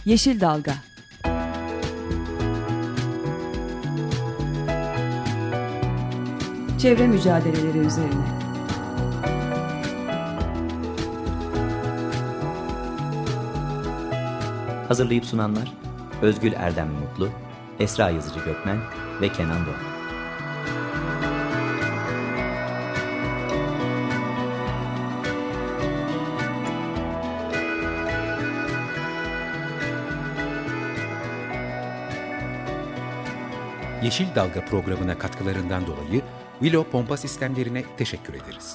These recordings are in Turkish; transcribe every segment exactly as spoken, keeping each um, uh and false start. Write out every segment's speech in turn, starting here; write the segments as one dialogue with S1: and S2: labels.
S1: Yeşil Dalga. Çevre mücadeleleri üzerine.
S2: Hazırlayıp sunanlar Özgül Erdem Mutlu, Esra Yazıcı Gökmen ve Kenan Doğan.
S3: Yeşil Dalga programına katkılarından dolayı Willow Pompa Sistemlerine teşekkür ederiz.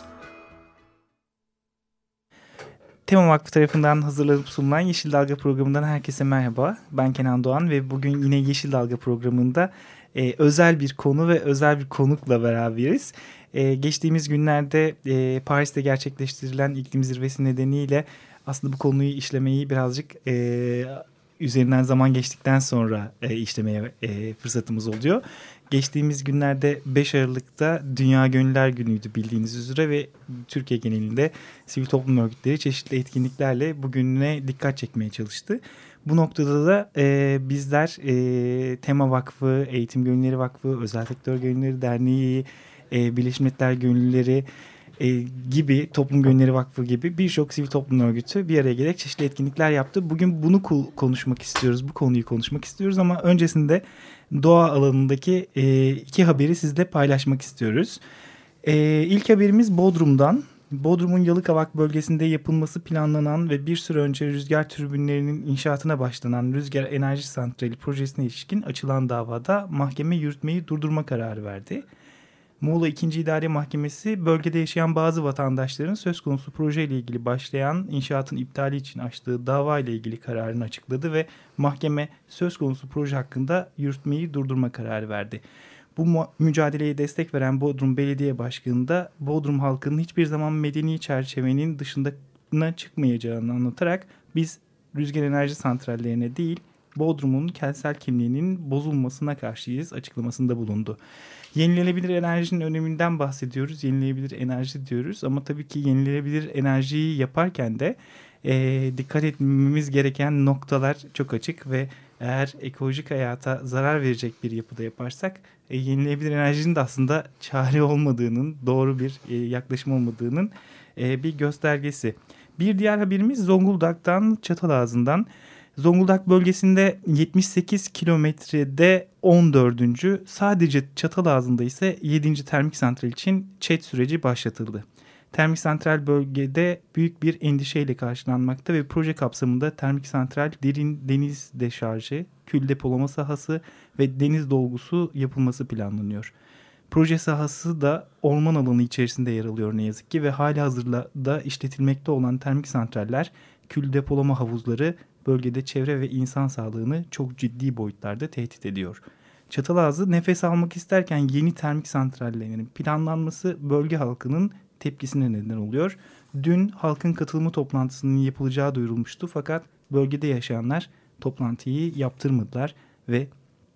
S4: Tema Vakfı tarafından hazırlanıp sunulan Yeşil Dalga programından herkese merhaba. Ben Kenan Doğan ve bugün yine Yeşil Dalga programında e, özel bir konu ve özel bir konukla beraberiz. E, geçtiğimiz günlerde e, Paris'te gerçekleştirilen iklim zirvesi nedeniyle aslında bu konuyu işlemeyi birazcık e, üzerinden zaman geçtikten sonra e, işlemeye e, fırsatımız oluyor. Geçtiğimiz günlerde beş Aralık'ta Dünya Gönüller Günü'ydü bildiğiniz üzere ve Türkiye genelinde sivil toplum örgütleri çeşitli etkinliklerle bugüne dikkat çekmeye çalıştı. Bu noktada da e, bizler e, Tema Vakfı, Eğitim Gönülleri Vakfı, Özel Sektör Gönülleri Derneği, e, Birleşmiş Milletler Gönülleri e, gibi, Toplum Gönülleri Vakfı gibi birçok sivil toplum örgütü bir araya gelerek çeşitli etkinlikler yaptı. Bugün bunu konuşmak istiyoruz, bu konuyu konuşmak istiyoruz ama öncesinde doğa alanındaki e, iki haberi sizle paylaşmak istiyoruz. E, ilk haberimiz Bodrum'dan. Bodrum'un Yalıkavak bölgesinde yapılması planlanan ve bir süre önce rüzgar türbinlerinin inşaatına başlanan rüzgar enerji santrali projesine ilişkin açılan davada mahkeme yürütmeyi durdurma kararı verdi. Muğla ikinci. İdare Mahkemesi bölgede yaşayan bazı vatandaşların söz konusu projeyle ilgili başlayan inşaatın iptali için açtığı dava ile ilgili kararını açıkladı ve mahkeme söz konusu proje hakkında yürütmeyi durdurma kararı verdi. Bu mu- mücadeleye destek veren Bodrum Belediye Başkanı da Bodrum halkının hiçbir zaman medeni çerçevenin dışına çıkmayacağını anlatarak biz rüzgar enerji santrallerine değil Bodrum'un kentsel kimliğinin bozulmasına karşıyız açıklamasında bulundu. Yenilenebilir enerjinin öneminden bahsediyoruz. Yenilenebilir enerji diyoruz ama tabii ki yenilenebilir enerjiyi yaparken de e, dikkat etmemiz gereken noktalar çok açık ve eğer ekolojik hayata zarar verecek bir yapıda yaparsak e, yenilenebilir enerjinin de aslında çare olmadığının, doğru bir e, yaklaşım olmadığının e, bir göstergesi. Bir diğer haberimiz Zonguldak'tan, Çatalazı'ndan. Zonguldak bölgesinde yetmiş sekiz kilometrede on dördüncü sadece Çatalazı'nda ise yedinci termik santral için ÇED süreci başlatıldı. Termik santral bölgede büyük bir endişeyle karşılanmakta ve proje kapsamında termik santral derin deniz deşarjı, kül depolama sahası ve deniz dolgusu yapılması planlanıyor. Proje sahası da orman alanı içerisinde yer alıyor ne yazık ki ve halihazırda işletilmekte olan termik santraller, kül depolama havuzları bölgede çevre ve insan sağlığını çok ciddi boyutlarda tehdit ediyor. Çatalazı nefes almak isterken yeni termik santrallerinin planlanması bölge halkının tepkisine neden oluyor. Dün halkın katılımı toplantısının yapılacağı duyurulmuştu fakat bölgede yaşayanlar toplantıyı yaptırmadılar ve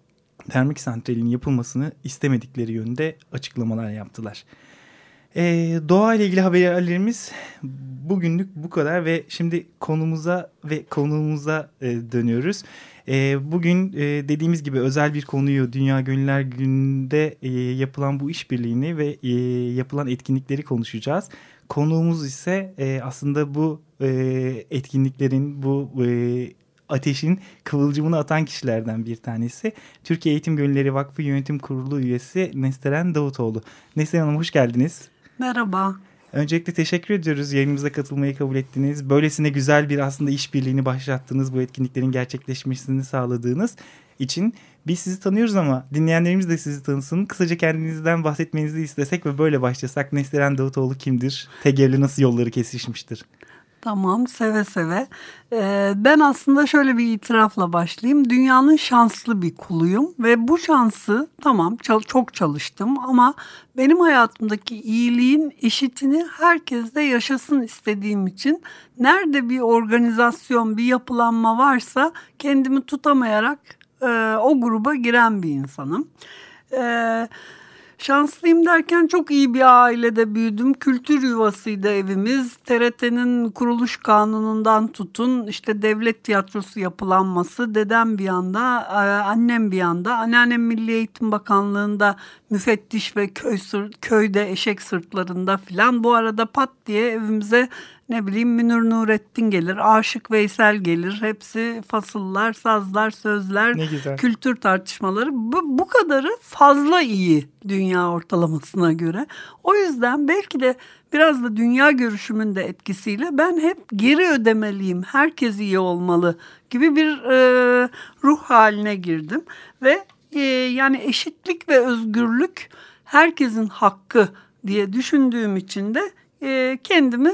S4: termik santralin yapılmasını istemedikleri yönde açıklamalar yaptılar. Ee, doğa ile ilgili haberlerimiz bugünlük bu kadar ve şimdi konumuza ve konuğumuza e, dönüyoruz. E, bugün e, dediğimiz gibi özel bir konuyu Dünya Gönüller Günü'nde e, yapılan bu işbirliğini ve e, yapılan etkinlikleri konuşacağız. Konuğumuz ise e, aslında bu e, etkinliklerin, bu e, ateşin kıvılcımını atan kişilerden bir tanesi. Türkiye Eğitim Gönülleri Vakfı Yönetim Kurulu üyesi Nesteren Davutoğlu. Nesteren Hanım hoş geldiniz.
S5: Merhaba.
S4: Öncelikle teşekkür ediyoruz. Yayınımıza katılmayı kabul ettiniz. Böylesine güzel bir aslında işbirliğini başlattığınız, bu etkinliklerin gerçekleşmesini sağladığınız için biz sizi tanıyoruz ama dinleyenlerimiz de sizi tanısın. Kısaca kendinizden bahsetmenizi istesek ve böyle başlasak. Nesteren Davutoğlu kimdir? T G V'le nasıl yolları kesişmiştir?
S5: Tamam, seve seve. Ee, ben aslında şöyle bir itirafla başlayayım. Dünyanın şanslı bir kuluyum ve bu şansı tamam çal- çok çalıştım ama benim hayatımdaki iyiliğin eşitini herkeste yaşasın istediğim için nerede bir organizasyon, bir yapılanma varsa kendimi tutamayarak e, o gruba giren bir insanım. Evet. Şanslıyım derken çok iyi bir ailede büyüdüm. Kültür yuvasıydı evimiz. T R T'nin kuruluş kanunundan tutun işte devlet tiyatrosu yapılanması. Dedem bir yanda, annem bir yanda. Anneannem Milli Eğitim Bakanlığı'nda müfettiş ve köy sır, köyde eşek sırtlarında filan. Bu arada pat diye evimize ne bileyim Münir Nurettin gelir, Aşık Veysel gelir. Hepsi fasıllar, sazlar, sözler, kültür tartışmaları. Bu, bu kadarı fazla iyi dünya ortalamasına göre. O yüzden belki de biraz da dünya görüşümün de etkisiyle ben hep geri ödemeliyim, herkes iyi olmalı gibi bir e, ruh haline girdim. Ve e, yani eşitlik ve özgürlük herkesin hakkı diye düşündüğüm için de e, kendimi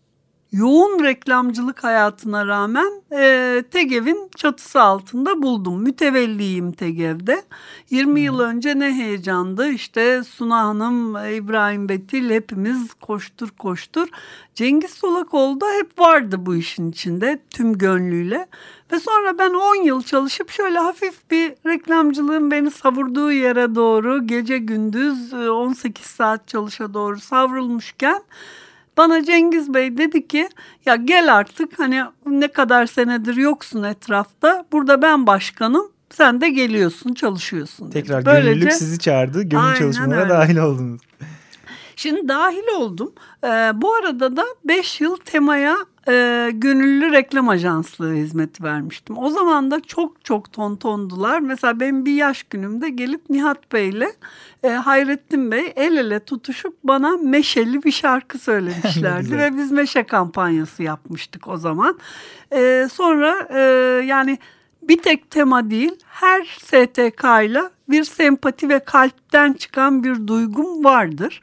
S5: yoğun reklamcılık hayatına rağmen e, TEGEV'in çatısı altında buldum. Mütevelliyim TEGEV'de. yirmi yıl önce ne heyecandı. İşte Suna Hanım, İbrahim Betil hepimiz koştur koştur. Cengiz Solakoğlu da hep vardı bu işin içinde tüm gönlüyle. Ve sonra ben on yıl çalışıp şöyle hafif bir reklamcılığın beni savurduğu yere doğru gece gündüz on sekiz saat çalışa doğru savrulmuşken bana Cengiz Bey dedi ki ya gel artık hani ne kadar senedir yoksun etrafta. Burada ben başkanım, sen de geliyorsun, çalışıyorsun dedi.
S4: Tekrar
S5: Böylece,
S4: gönüllülük sizi çağırdı. Gönüllü çalışmalara öyle dahil oldunuz.
S5: Şimdi dahil oldum. Ee, bu arada da beş yıl Tema'ya e, gönüllü reklam ajanslığı hizmeti vermiştim. O zaman da çok çok tontondular. Mesela benim bir yaş günümde gelip Nihat Bey'le e, Hayrettin Bey el ele tutuşup bana Meşeli bir şarkı söylemişlerdi. Ve biz Meşe kampanyası yapmıştık o zaman. E, sonra e, yani bir tek Tema değil, her S T K'yla bir sempati ve kalpten çıkan bir duygum vardır.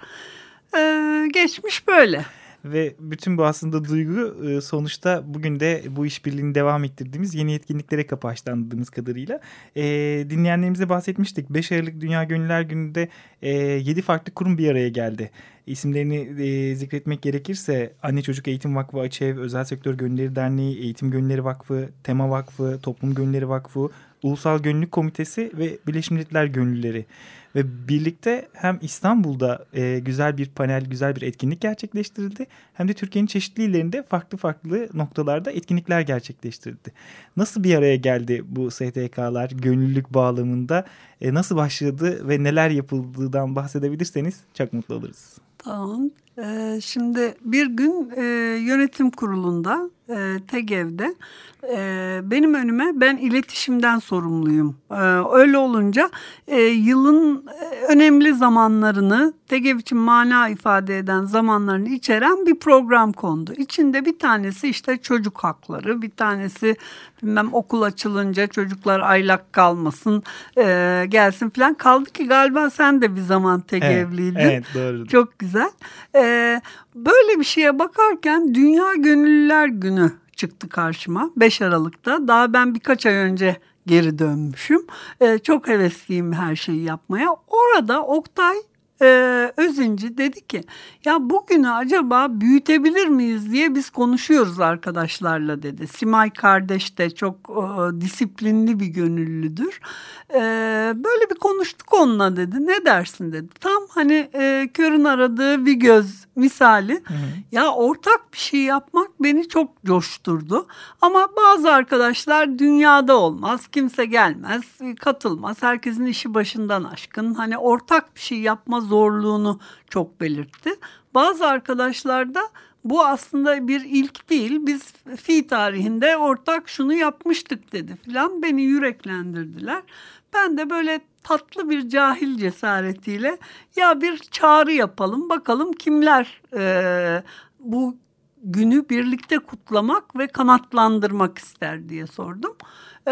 S5: Ee, geçmiş böyle.
S4: Ve bütün bu aslında duygu sonuçta bugün de bu işbirliğini devam ettirdiğimiz yeni etkinliklere kapı açtı anladığımız kadarıyla. E, dinleyenlerimize bahsetmiştik. beş Aralık Dünya Gönüller Günü'nde e, yedi farklı kurum bir araya geldi. İsimlerini e, zikretmek gerekirse Anne Çocuk Eğitim Vakfı Açev, Özel Sektör Gönülleri Derneği, Eğitim Gönülleri Vakfı, Tema Vakfı, Toplum Gönülleri Vakfı, Ulusal Gönüllülük Komitesi ve Birleşmiş Milletler Gönüllüleri. Ve birlikte hem İstanbul'da e, güzel bir panel, güzel bir etkinlik gerçekleştirildi. Hem de Türkiye'nin çeşitli illerinde farklı farklı noktalarda etkinlikler gerçekleştirildi. Nasıl bir araya geldi bu S T K'lar gönüllülük bağlamında? E, nasıl başladı ve neler yapıldığından bahsedebilirseniz çok mutlu oluruz.
S5: Tamam. Ee, şimdi bir gün e, yönetim kurulunda e, TEGEV'de e, benim önüme ben iletişimden sorumluyum. E, öyle olunca e, yılın önemli zamanlarını TEGEV için mana ifade eden zamanlarını içeren bir program kondu. İçinde bir tanesi işte çocuk hakları, bir tanesi bilmem okul açılınca çocuklar aylak kalmasın, e, gelsin falan. Kaldı ki galiba sen de bir zaman TEGEV'liydin.
S4: Evet, evet doğru.
S5: Çok güzel. Ee, böyle bir şeye bakarken Dünya Gönüllüler Günü çıktı karşıma beş Aralık'ta. Daha ben birkaç ay önce geri dönmüşüm. Ee, çok hevesliyim her şeyi yapmaya. Orada Oktay e, Özinci dedi ki ya bugünü acaba büyütebilir miyiz diye biz konuşuyoruz arkadaşlarla dedi. Simay kardeş de çok e, disiplinli bir gönüllüdür. E, böyle bir konuştuk onunla dedi. Ne dersin dedi. Tam hani e, körün aradığı bir göz misali. Hı hı. Ya ortak bir şey yapmak beni çok coşturdu. Ama bazı arkadaşlar dünyada olmaz, kimse gelmez, katılmaz. Herkesin işi başından aşkın. Hani ortak bir şey yapma zorluğunu çok belirtti. Bazı arkadaşlar da bu aslında bir ilk değil. Biz fi tarihinde ortak şunu yapmıştık dedi filan. Beni yüreklendirdiler. Ben de böyle tatlı bir cahil cesaretiyle ya bir çağrı yapalım bakalım kimler e, bu günü birlikte kutlamak ve kanatlandırmak ister diye sordum. E,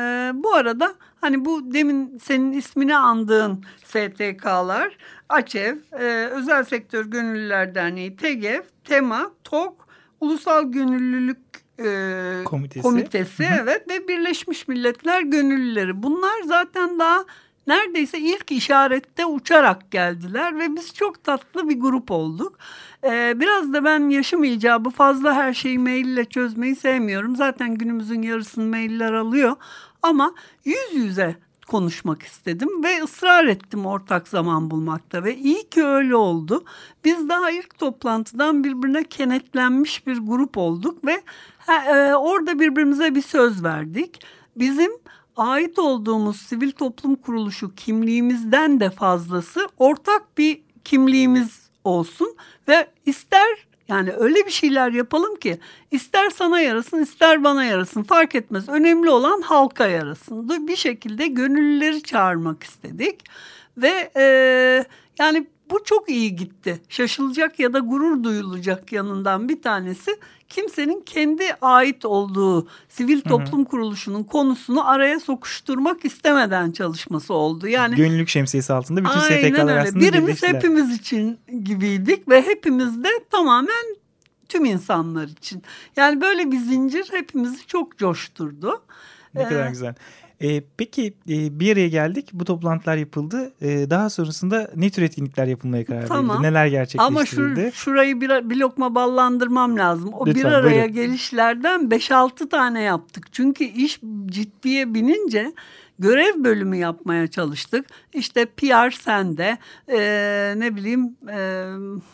S5: bu arada hani bu demin senin ismini andığın S T K'lar Açev, e, Özel Sektör Gönüllüler Derneği, TEGEV, Tema, TOK, Ulusal Gönüllülük e, Komitesi, Komitesi evet ve Birleşmiş Milletler Gönüllüleri. Bunlar zaten daha neredeyse ilk işarette uçarak geldiler ve biz çok tatlı bir grup olduk. Ee, biraz da ben yaşım icabı fazla her şeyi maille çözmeyi sevmiyorum. Zaten günümüzün yarısını mailler alıyor. Ama yüz yüze konuşmak istedim ve ısrar ettim ortak zaman bulmakta ve iyi ki öyle oldu. Biz daha ilk toplantıdan birbirine kenetlenmiş bir grup olduk ve e, orada birbirimize bir söz verdik. Bizim ait olduğumuz sivil toplum kuruluşu kimliğimizden de fazlası ortak bir kimliğimiz olsun ve ister yani öyle bir şeyler yapalım ki ister sana yarasın ister bana yarasın fark etmez. Önemli olan halka yarasın. Bir şekilde gönüllüleri çağırmak istedik ve e, yani bu çok iyi gitti. Şaşılacak ya da gurur duyulacak yanından bir tanesi kimsenin kendi ait olduğu sivil toplum hı hı. kuruluşunun konusunu araya sokuşturmak istemeden çalışması oldu. Yani
S4: gönüllülük şemsiyesi altında bütün S T K'lar aslında
S5: birimiz
S4: birleştiler.
S5: Hepimiz için gibiydik ve hepimiz de tamamen tüm insanlar için. Yani böyle bir zincir hepimizi çok coşturdu.
S4: Ne ee, kadar güzel. Ee, peki e, bir araya geldik. Bu toplantılar yapıldı. Ee, daha sonrasında ne tür etkinlikler yapılmaya karar
S5: tamam.
S4: verildi? Neler gerçekleştirildi?
S5: Ama şu, şurayı bir, bir lokma ballandırmam lazım. O Lütfen, bir araya buyurun. gelişlerden beş altı tane yaptık. Çünkü iş ciddiye binince görev bölümü yapmaya çalıştık. İşte P R sende, e, ne bileyim e,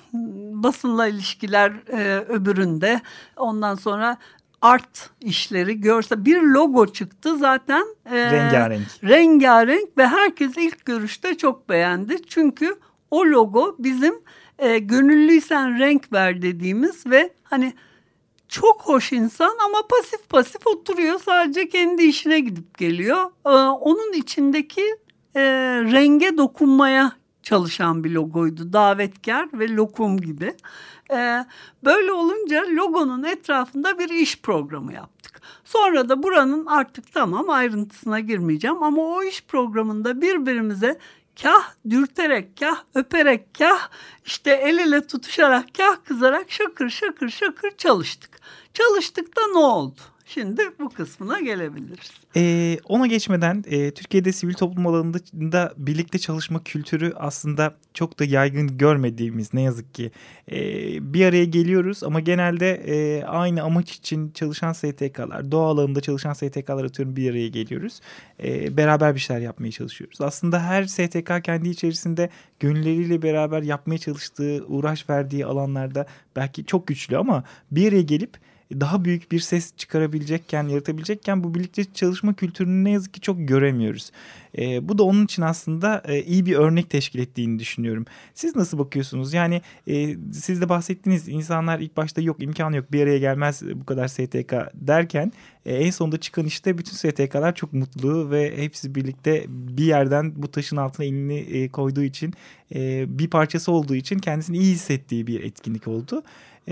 S5: basınla ilişkiler e, öbüründe. Ondan sonra art işleri görse bir logo çıktı zaten. E,
S4: rengarenk.
S5: Rengarenk ve herkes ilk görüşte çok beğendi. Çünkü o logo bizim e, gönüllüysen renk ver dediğimiz ve hani çok hoş insan ama pasif pasif oturuyor. Sadece kendi işine gidip geliyor. Ee, onun içindeki e, renge dokunmaya çalışan bir logoydu. Davetkar ve lokum gibi. Ee, böyle olunca logonun etrafında bir iş programı yaptık. Sonra da buranın artık tamam ayrıntısına girmeyeceğim. Ama o iş programında birbirimize kah dürterek, kah öperek, kah işte el ele tutuşarak, kah kızarak şakır şakır şakır çalıştık. Çalıştık da ne oldu? Şimdi bu kısmına gelebiliriz.
S4: Ee, ona geçmeden e, Türkiye'de sivil toplum alanında birlikte çalışma kültürü aslında çok da yaygın görmediğimiz ne yazık ki. E, bir araya geliyoruz ama genelde e, aynı amaç için çalışan S T K'lar, doğa alanında çalışan S T K'lar atıyorum bir araya geliyoruz. E, beraber bir şeyler yapmaya çalışıyoruz. Aslında her S T K kendi içerisinde gönülleriyle beraber yapmaya çalıştığı, uğraş verdiği alanlarda belki çok güçlü ama bir araya gelip daha büyük bir ses çıkarabilecekken, yaratabilecekken bu birlikte çalışma kültürünü ne yazık ki çok göremiyoruz. E, bu da onun için aslında e, iyi bir örnek teşkil ettiğini düşünüyorum. Siz nasıl bakıyorsunuz? Yani e, siz de bahsettiğiniz insanlar ilk başta yok imkanı yok bir araya gelmez bu kadar S T K derken e, en sonunda çıkan işte bütün S T K'lar çok mutlu ve hepsi birlikte bir yerden bu taşın altına elini e, koyduğu için e, bir parçası olduğu için kendisini iyi hissettiği bir etkinlik oldu.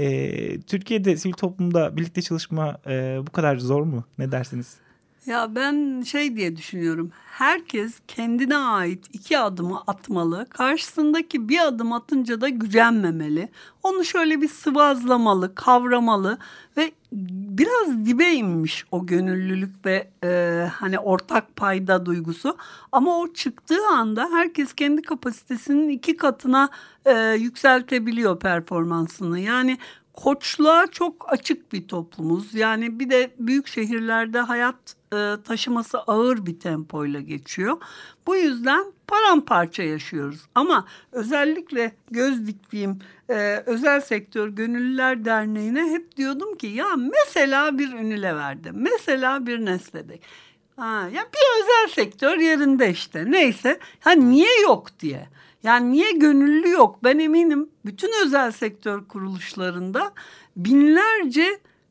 S4: Ee, Türkiye'de sivil toplumda birlikte çalışma e, bu kadar zor mu? Ne dersiniz?
S5: Ya ben şey diye düşünüyorum. Herkes kendine ait iki adımı atmalı. Karşısındaki bir adım atınca da gücenmemeli. Onu şöyle bir sıvazlamalı, kavramalı ve biraz dibe inmiş o gönüllülük ve e, hani ortak payda duygusu. Ama o çıktığı anda herkes kendi kapasitesinin iki katına e, yükseltebiliyor performansını. Yani koçluğa çok açık bir toplumuz. Yani bir de büyük şehirlerde hayat e, taşıması ağır bir tempoyla geçiyor. Bu yüzden paramparça yaşıyoruz. Ama özellikle göz diktiğim e, özel sektör Gönüllüler Derneği'ne hep diyordum ki ya mesela bir Unilever'de, mesela bir Nestle'de. Ha, ya bir özel sektör yerinde işte neyse. Ha niye yok diye. Yani niye gönüllü yok? Ben eminim bütün özel sektör kuruluşlarında binlerce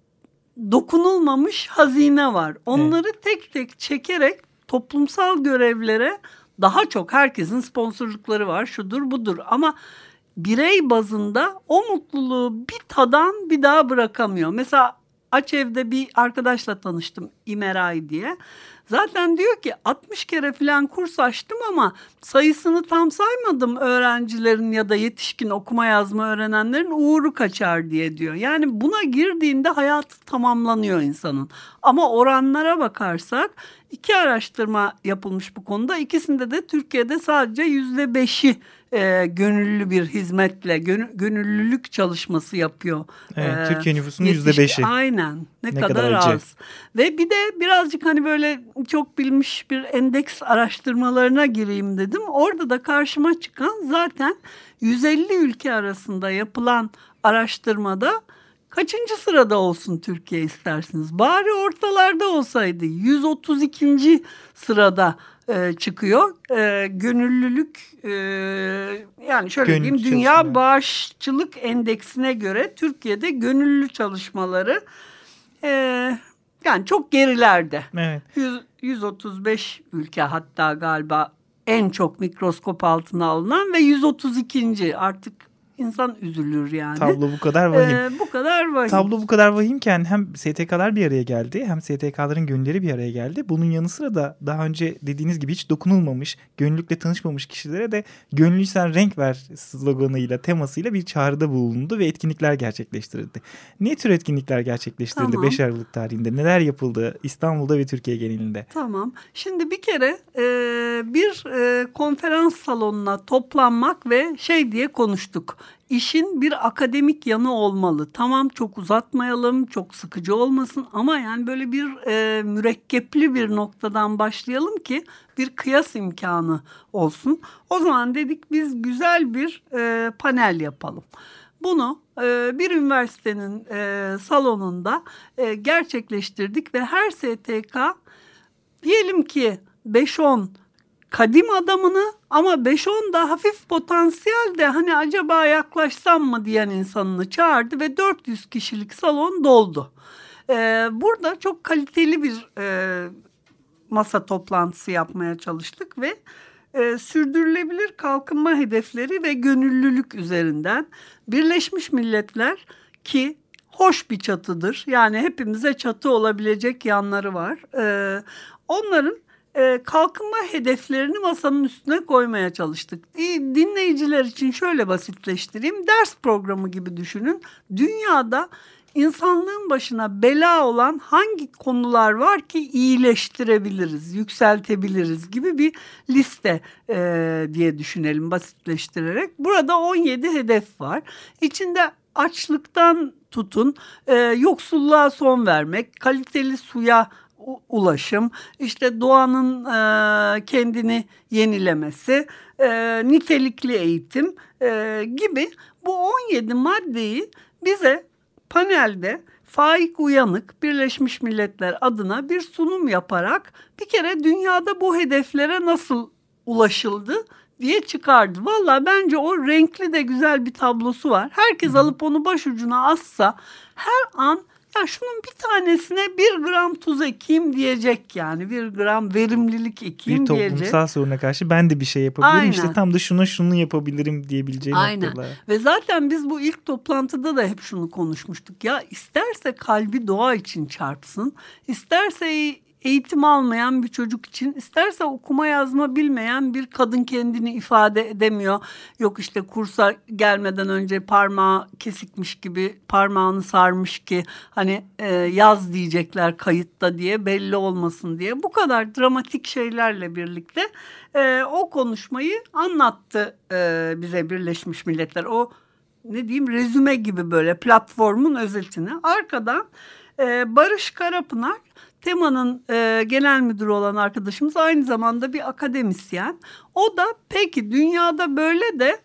S5: dokunulmamış hazine var. Onları evet. tek tek çekerek toplumsal görevlere daha çok herkesin sponsorlukları var, şudur budur. Ama birey bazında o mutluluğu bir tadan bir daha bırakamıyor. Mesela Açev'de bir arkadaşla tanıştım, İmeray diye. Zaten diyor ki altmış kere falan kurs açtım ama sayısını tam saymadım öğrencilerin ya da yetişkin okuma yazma öğrenenlerin uğuru kaçar diye diyor. Yani buna girdiğinde hayatı tamamlanıyor insanın. Ama oranlara bakarsak iki araştırma yapılmış bu konuda. İkisinde de Türkiye'de sadece yüzde beşi e, gönüllü bir hizmetle gönü, gönüllülük çalışması yapıyor.
S4: Evet,
S5: ee,
S4: Türkiye nüfusunun yüzde beşi.
S5: Aynen. Ne,
S4: ne
S5: kadar,
S4: kadar
S5: az. Ve bir de birazcık hani böyle çok bilmiş bir endeks araştırmalarına gireyim dedim. Orada da karşıma çıkan zaten yüz elli ülke arasında yapılan araştırmada kaçıncı sırada olsun Türkiye istersiniz? Bari ortalarda olsaydı yüz otuz ikinci sırada e, çıkıyor. E, gönüllülük e, yani şöyle
S4: Gönüllü
S5: diyeyim, Dünya
S4: çalışmalar.
S5: Bağışçılık Endeksine göre Türkiye'de gönüllü çalışmaları e, yani çok gerilerde.
S4: Evet.
S5: yüz, yüz otuz beş ülke hatta galiba en çok mikroskop altına alınan ve yüz otuz ikinci artık insan üzülür yani.
S4: Tablo bu kadar vahim.
S5: Ee, bu kadar vahim.
S4: Tablo bu kadar vahimken hem S T K'lar bir araya geldi hem S T K'ların gönülleri bir araya geldi. Bunun yanı sıra da daha önce dediğiniz gibi hiç dokunulmamış, gönüllülükle tanışmamış kişilere de gönüllüysen renk ver sloganıyla, temasıyla bir çağrıda bulundu ve etkinlikler gerçekleştirildi. Ne tür etkinlikler gerçekleştirildi
S5: Tamam.
S4: beş Aralık tarihinde? Neler yapıldı İstanbul'da ve Türkiye genelinde?
S5: Tamam. Şimdi bir kere e, bir e, konferans salonuna toplanmak ve şey diye konuştuk. İşin bir akademik yanı olmalı. Tamam, çok uzatmayalım, çok sıkıcı olmasın ama yani böyle bir e, mürekkepli bir noktadan başlayalım ki bir kıyas imkanı olsun. O zaman dedik biz güzel bir e, panel yapalım. Bunu e, bir üniversitenin e, salonunda e, gerçekleştirdik ve her S T K diyelim ki beş on kadim adamını ama beş on da hafif potansiyel de hani acaba yaklaşsam mı diyen insanını çağırdı ve dört yüz kişilik salon doldu. Ee, burada çok kaliteli bir e, masa toplantısı yapmaya çalıştık ve e, sürdürülebilir kalkınma hedefleri ve gönüllülük üzerinden Birleşmiş Milletler ki hoş bir çatıdır. Yani hepimize çatı olabilecek yanları var. Ee, onların e, kalkınma hedeflerini masanın üstüne koymaya çalıştık. Dinleyiciler için şöyle basitleştireyim. Ders programı gibi düşünün. Dünyada insanlığın başına bela olan hangi konular var ki iyileştirebiliriz, yükseltebiliriz gibi bir liste e, diye düşünelim basitleştirerek. Burada on yedi hedef var. İçinde açlıktan tutun, e, yoksulluğa son vermek, kaliteli suya ulaşım, işte doğanın e, kendini yenilemesi, e, nitelikli eğitim e, gibi bu on yedi maddeyi bize panelde Faik Uyanık Birleşmiş Milletler adına bir sunum yaparak bir kere dünyada bu hedeflere nasıl ulaşıldı diye çıkardı. Vallahi bence o renkli de güzel bir tablosu var. Herkes alıp onu başucuna assa her an ya şunun bir tanesine bir gram tuz ekeyim diyecek yani. Bir gram verimlilik ekeyim
S4: bir
S5: diyecek.
S4: Bir toplumsal soruna karşı ben de bir şey yapabilirim.
S5: Aynen.
S4: İşte tam da şuna şunu yapabilirim diyebileceği
S5: Aynen.
S4: noktalar.
S5: Ve zaten biz bu ilk toplantıda da hep şunu konuşmuştuk. Ya isterse kalbi doğa için çarpsın, isterse eğitim almayan bir çocuk için, isterse okuma yazma bilmeyen bir kadın kendini ifade edemiyor. Yok işte kursa gelmeden önce parmağı kesikmiş gibi parmağını sarmış ki hani e, yaz diyecekler kayıtta diye belli olmasın diye. Bu kadar dramatik şeylerle birlikte e, o konuşmayı anlattı e, bize Birleşmiş Milletler. O ne diyeyim rezüme gibi böyle platformun özetini. Arkadan e, Barış Karapınar Tema'nın e, genel müdürü olan arkadaşımız aynı zamanda bir akademisyen. O da peki dünyada böyle de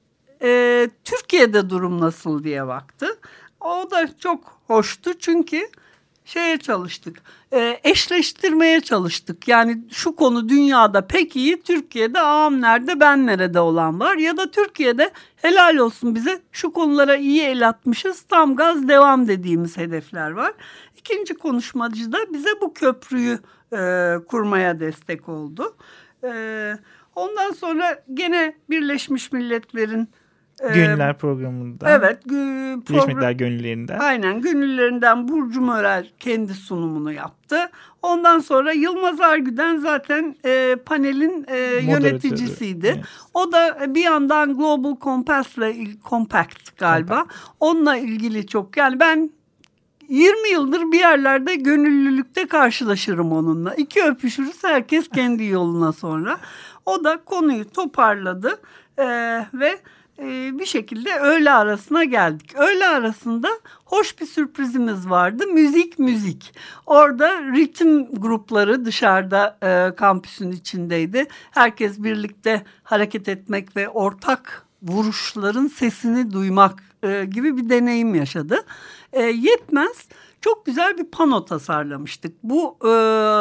S5: e, Türkiye'de durum nasıl diye baktı. O da çok hoştu çünkü şeye çalıştık, e, eşleştirmeye çalıştık. Yani şu konu dünyada pek iyi, Türkiye'de ağam nerede ben nerede olan var. Ya da Türkiye'de helal olsun bize şu konulara iyi el atmışız, tam gaz devam dediğimiz hedefler var. İkinci konuşmacı da bize bu köprüyü e, kurmaya destek oldu. E, ondan sonra gene Birleşmiş Milletler'in e,
S4: Gönüller programında.
S5: Evet.
S4: Gü- Birleşmiş Milletler Gönüllerinden.
S5: Aynen. Gönüllerinden Burcu Mörel kendi sunumunu yaptı. Ondan sonra Yılmaz Argüden zaten e, panelin e, yöneticisiydi. Evet. O da bir yandan Global Compass'la Compact galiba. Compact. Onunla ilgili çok yani ben yirmi yıldır bir yerlerde gönüllülükte karşılaşırım onunla. İki öpüşürüz herkes kendi yoluna sonra. O da konuyu toparladı. E, ve e, bir şekilde öğle arasına geldik. Öğle arasında hoş bir sürprizimiz vardı. Müzik müzik. Orada ritim grupları dışarıda e, kampüsün içindeydi. Herkes birlikte hareket etmek ve ortak vuruşların sesini duymak e, gibi bir deneyim yaşadı. E, yetmez, çok güzel bir pano tasarlamıştık. Bu e,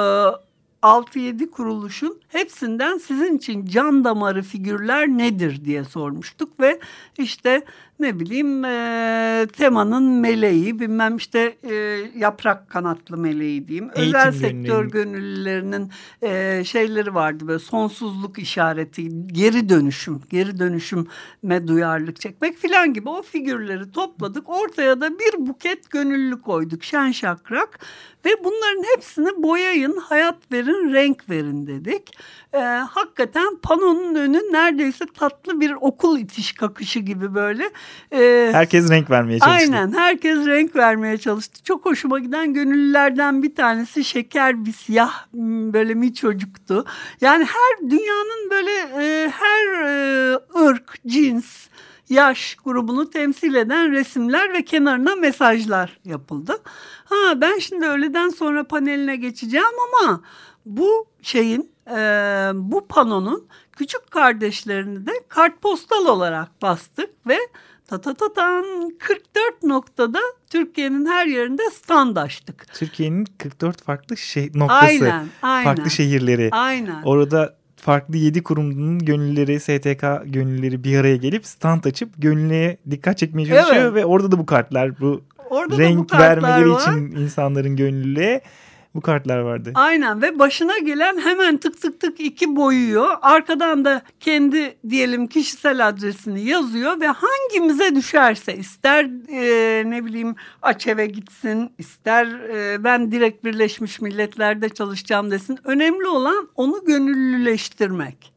S5: altı yedi kuruluşun hepsinden sizin için can damarı figürler nedir diye sormuştuk ve işte ne bileyim e, temanın meleği, bilmem işte e, yaprak kanatlı meleği diyeyim.
S4: Eğitim
S5: Özel sektör
S4: gönüllü.
S5: gönüllülerinin e, şeyleri vardı, böyle sonsuzluk işareti, geri dönüşüm, geri dönüşüme duyarlılık çekmek filan gibi o figürleri topladık. Ortaya da bir buket gönüllü koyduk, şen şakrak ve bunların hepsini boyayın, hayat verin, renk verin dedik. E, hakikaten panonun önü neredeyse tatlı bir okul itiş kakışı gibi böyle. E,
S4: Herkes renk vermeye çalıştı.
S5: Aynen, herkes renk vermeye çalıştı. Çok hoşuma giden gönüllülerden bir tanesi şeker bir siyah böyle bir çocuktu. Yani her dünyanın böyle e, her e, ırk, cins, yaş grubunu temsil eden resimler ve kenarına mesajlar yapıldı. Ha, ben şimdi öğleden sonra paneline geçeceğim ama bu şeyin, e, bu panonun küçük kardeşlerini de kartpostal olarak bastık ve ta ta ta tan kırk dört noktada Türkiye'nin her yerinde stand açtık.
S4: Türkiye'nin kırk dört farklı şey, noktası,
S5: Aynen, aynen.
S4: farklı şehirleri.
S5: Aynen.
S4: Orada farklı yedi kurumun gönüllüleri, S T K gönüllüleri bir araya gelip stand açıp gönüllüye dikkat çekmeye çalışıyor.
S5: Evet.
S4: Ve orada da bu kartlar, bu
S5: Orada
S4: renk
S5: bu kartlar
S4: vermeleri
S5: var.
S4: için insanların gönüllüye bu kartlar vardı.
S5: Aynen, ve başına gelen hemen tık tık tık iki boyuyor. Arkadan da kendi diyelim kişisel adresini yazıyor ve hangimize düşerse, ister e, ne bileyim Açev'e gitsin, ister e, ben direkt Birleşmiş Milletler'de çalışacağım desin. Önemli olan onu gönüllüleştirmek.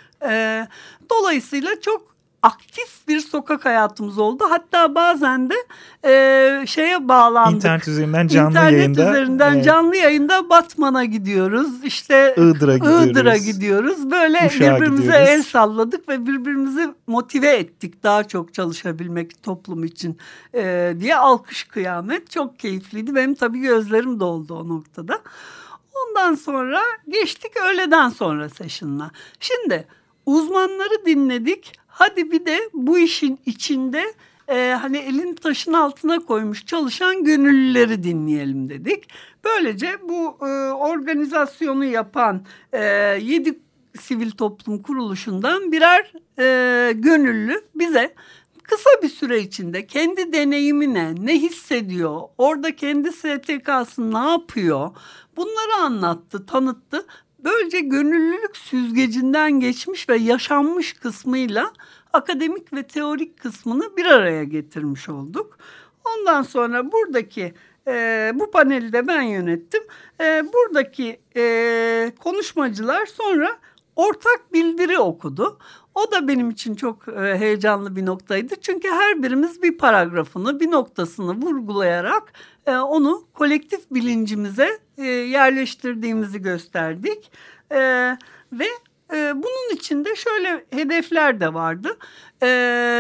S5: E, dolayısıyla çok aktif bir sokak hayatımız oldu. Hatta bazen de e, şeye bağlandık.
S4: İnternet üzerinden canlı
S5: İnternet
S4: yayında.
S5: üzerinden
S4: evet.
S5: canlı yayında Batman'a gidiyoruz. İşte
S4: Iğdır'a gidiyoruz.
S5: Iğdır'a gidiyoruz. Böyle
S4: Uşak'a
S5: birbirimize
S4: gidiyoruz.
S5: el salladık ve birbirimizi motive ettik daha çok çalışabilmek toplum için e, diye. Alkış kıyamet. Çok keyifliydi. Benim tabii gözlerim doldu o noktada. Ondan sonra geçtik öğleden sonra session'la. Şimdi uzmanları dinledik. Hadi bir de bu işin içinde e, hani elini taşın altına koymuş çalışan gönüllüleri dinleyelim dedik. Böylece bu e, organizasyonu yapan e, yedi sivil toplum kuruluşundan birer e, gönüllü bize kısa bir süre içinde kendi deneyimine ne hissediyor, orada kendi S T K'sı ne yapıyor, bunları anlattı, tanıttı. Böylece gönüllülük süzgecinden geçmiş ve yaşanmış kısmıyla akademik ve teorik kısmını bir araya getirmiş olduk. Ondan sonra buradaki e, bu paneli de ben yönettim. E, buradaki e, konuşmacılar sonra ortak bildiri okudu. O da benim için çok e, heyecanlı bir noktaydı. Çünkü her birimiz bir paragrafını, bir noktasını vurgulayarak e, onu kolektif bilincimize e, yerleştirdiğimizi gösterdik. E, ve e, bunun içinde şöyle hedefler de vardı. E,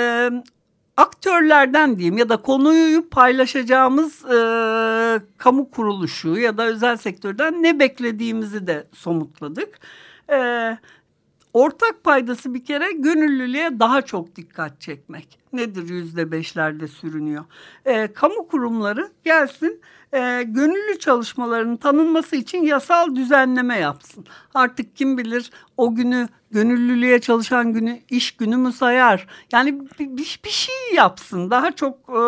S5: aktörlerden diyeyim ya da konuyu paylaşacağımız e, kamu kuruluşu ya da özel sektörden ne beklediğimizi de somutladık. Evet. Ortak paydası bir kere gönüllülüğe daha çok dikkat çekmek. Nedir yüzde beşlerde sürünüyor? E, kamu kurumları gelsin e, gönüllü çalışmaların tanınması için yasal düzenleme yapsın. Artık kim bilir o günü gönüllülüğe çalışan günü iş günü mü sayar? Yani bir, bir, bir şey yapsın. Daha çok e,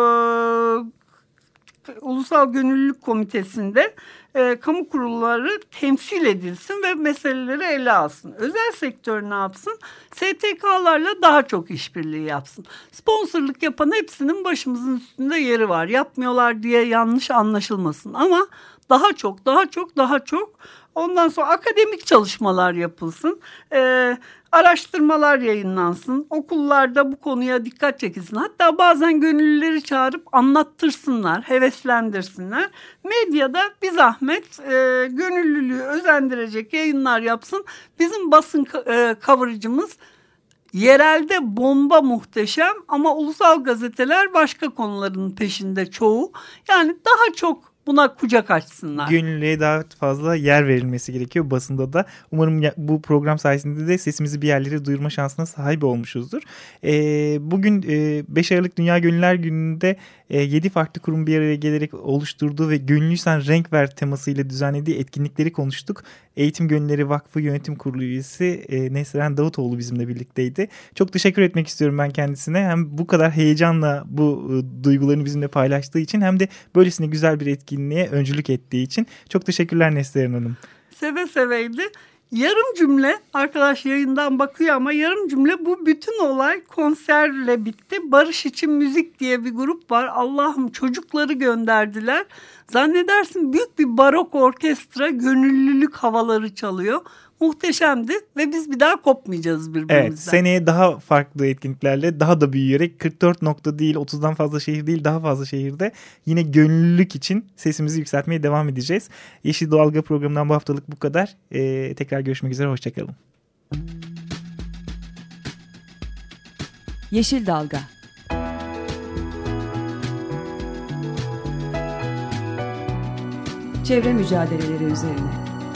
S5: Ulusal Gönüllülük Komitesi'nde e, kamu kurulları temsil edilsin ve meseleleri ele alsın. Özel sektör ne yapsın? S T K'larla daha çok işbirliği yapsın. Sponsorluk yapan hepsinin başımızın üstünde yeri var. Yapmıyorlar diye yanlış anlaşılmasın ama daha çok, daha çok, daha çok. Ondan sonra akademik çalışmalar yapılsın. Ee, araştırmalar yayınlansın. Okullarda bu konuya dikkat çekilsin. Hatta bazen gönüllüleri çağırıp anlattırsınlar, heveslendirsinler. Medyada bir zahmet e, gönüllülüğü özendirecek yayınlar yapsın. Bizim basın e, coverage'ımız Yerelde bomba muhteşem ama ulusal gazeteler başka konuların peşinde çoğu. Yani daha çok buna kucak açsınlar.
S4: Gönüllüye daha fazla yer verilmesi gerekiyor basında da. Umarım bu program sayesinde de sesimizi bir yerlere duyurma şansına sahip olmuşuzdur. Ee, bugün e, beş Aralık Dünya Gönüllüler Günü'nde e, yedi farklı kurum bir araya gelerek oluşturduğu ve Gönüllüysen Renk Ver temasıyla düzenlediği etkinlikleri konuştuk. Eğitim Gönülleri Vakfı Yönetim Kurulu üyesi e, Neslihan Davutoğlu bizimle birlikteydi. Çok teşekkür etmek istiyorum ben kendisine. Hem bu kadar heyecanla bu e, duygularını bizimle paylaştığı için hem de böylesine güzel bir etkinliğe öncülük ettiği için. Çok teşekkürler Neslihan Hanım.
S5: Seve seveydi. Yarım cümle, arkadaş yayından bakıyor ama yarım cümle, bu bütün olay konserle bitti. Barış İçin Müzik diye bir grup var. Allah'ım, çocukları gönderdiler. Zannedersin büyük bir barok orkestra gönüllülük havaları çalıyor. Muhteşemdi ve biz bir daha kopmayacağız birbirimizden.
S4: Evet, seneye daha farklı etkinliklerle, daha da büyüyerek kırk dört nokta değil, otuzdan fazla şehir değil, daha fazla şehirde yine gönüllülük için sesimizi yükseltmeye devam edeceğiz. Yeşil Dalga programından bu haftalık bu kadar. Ee, tekrar görüşmek üzere, hoşçakalın.
S1: Yeşil Dalga. Çevre mücadeleleri üzerine.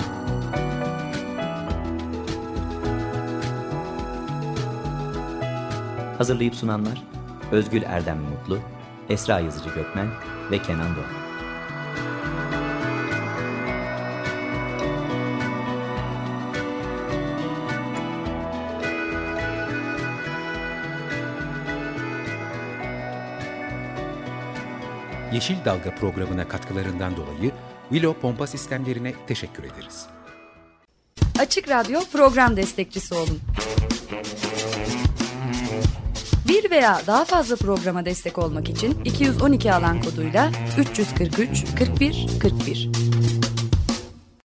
S2: Hazırlayıp sunanlar Özgül Erdem Mutlu, Esra Yazıcı Gökmen ve Kenan Doğan.
S3: Yeşil Dalga programına katkılarından dolayı Willow Pompa Sistemlerine teşekkür ederiz.
S6: Açık Radyo program destekçisi olun. Bir veya daha fazla programa destek olmak için iki yüz on iki alan koduyla üç yüz kırk üç kırk bir kırk bir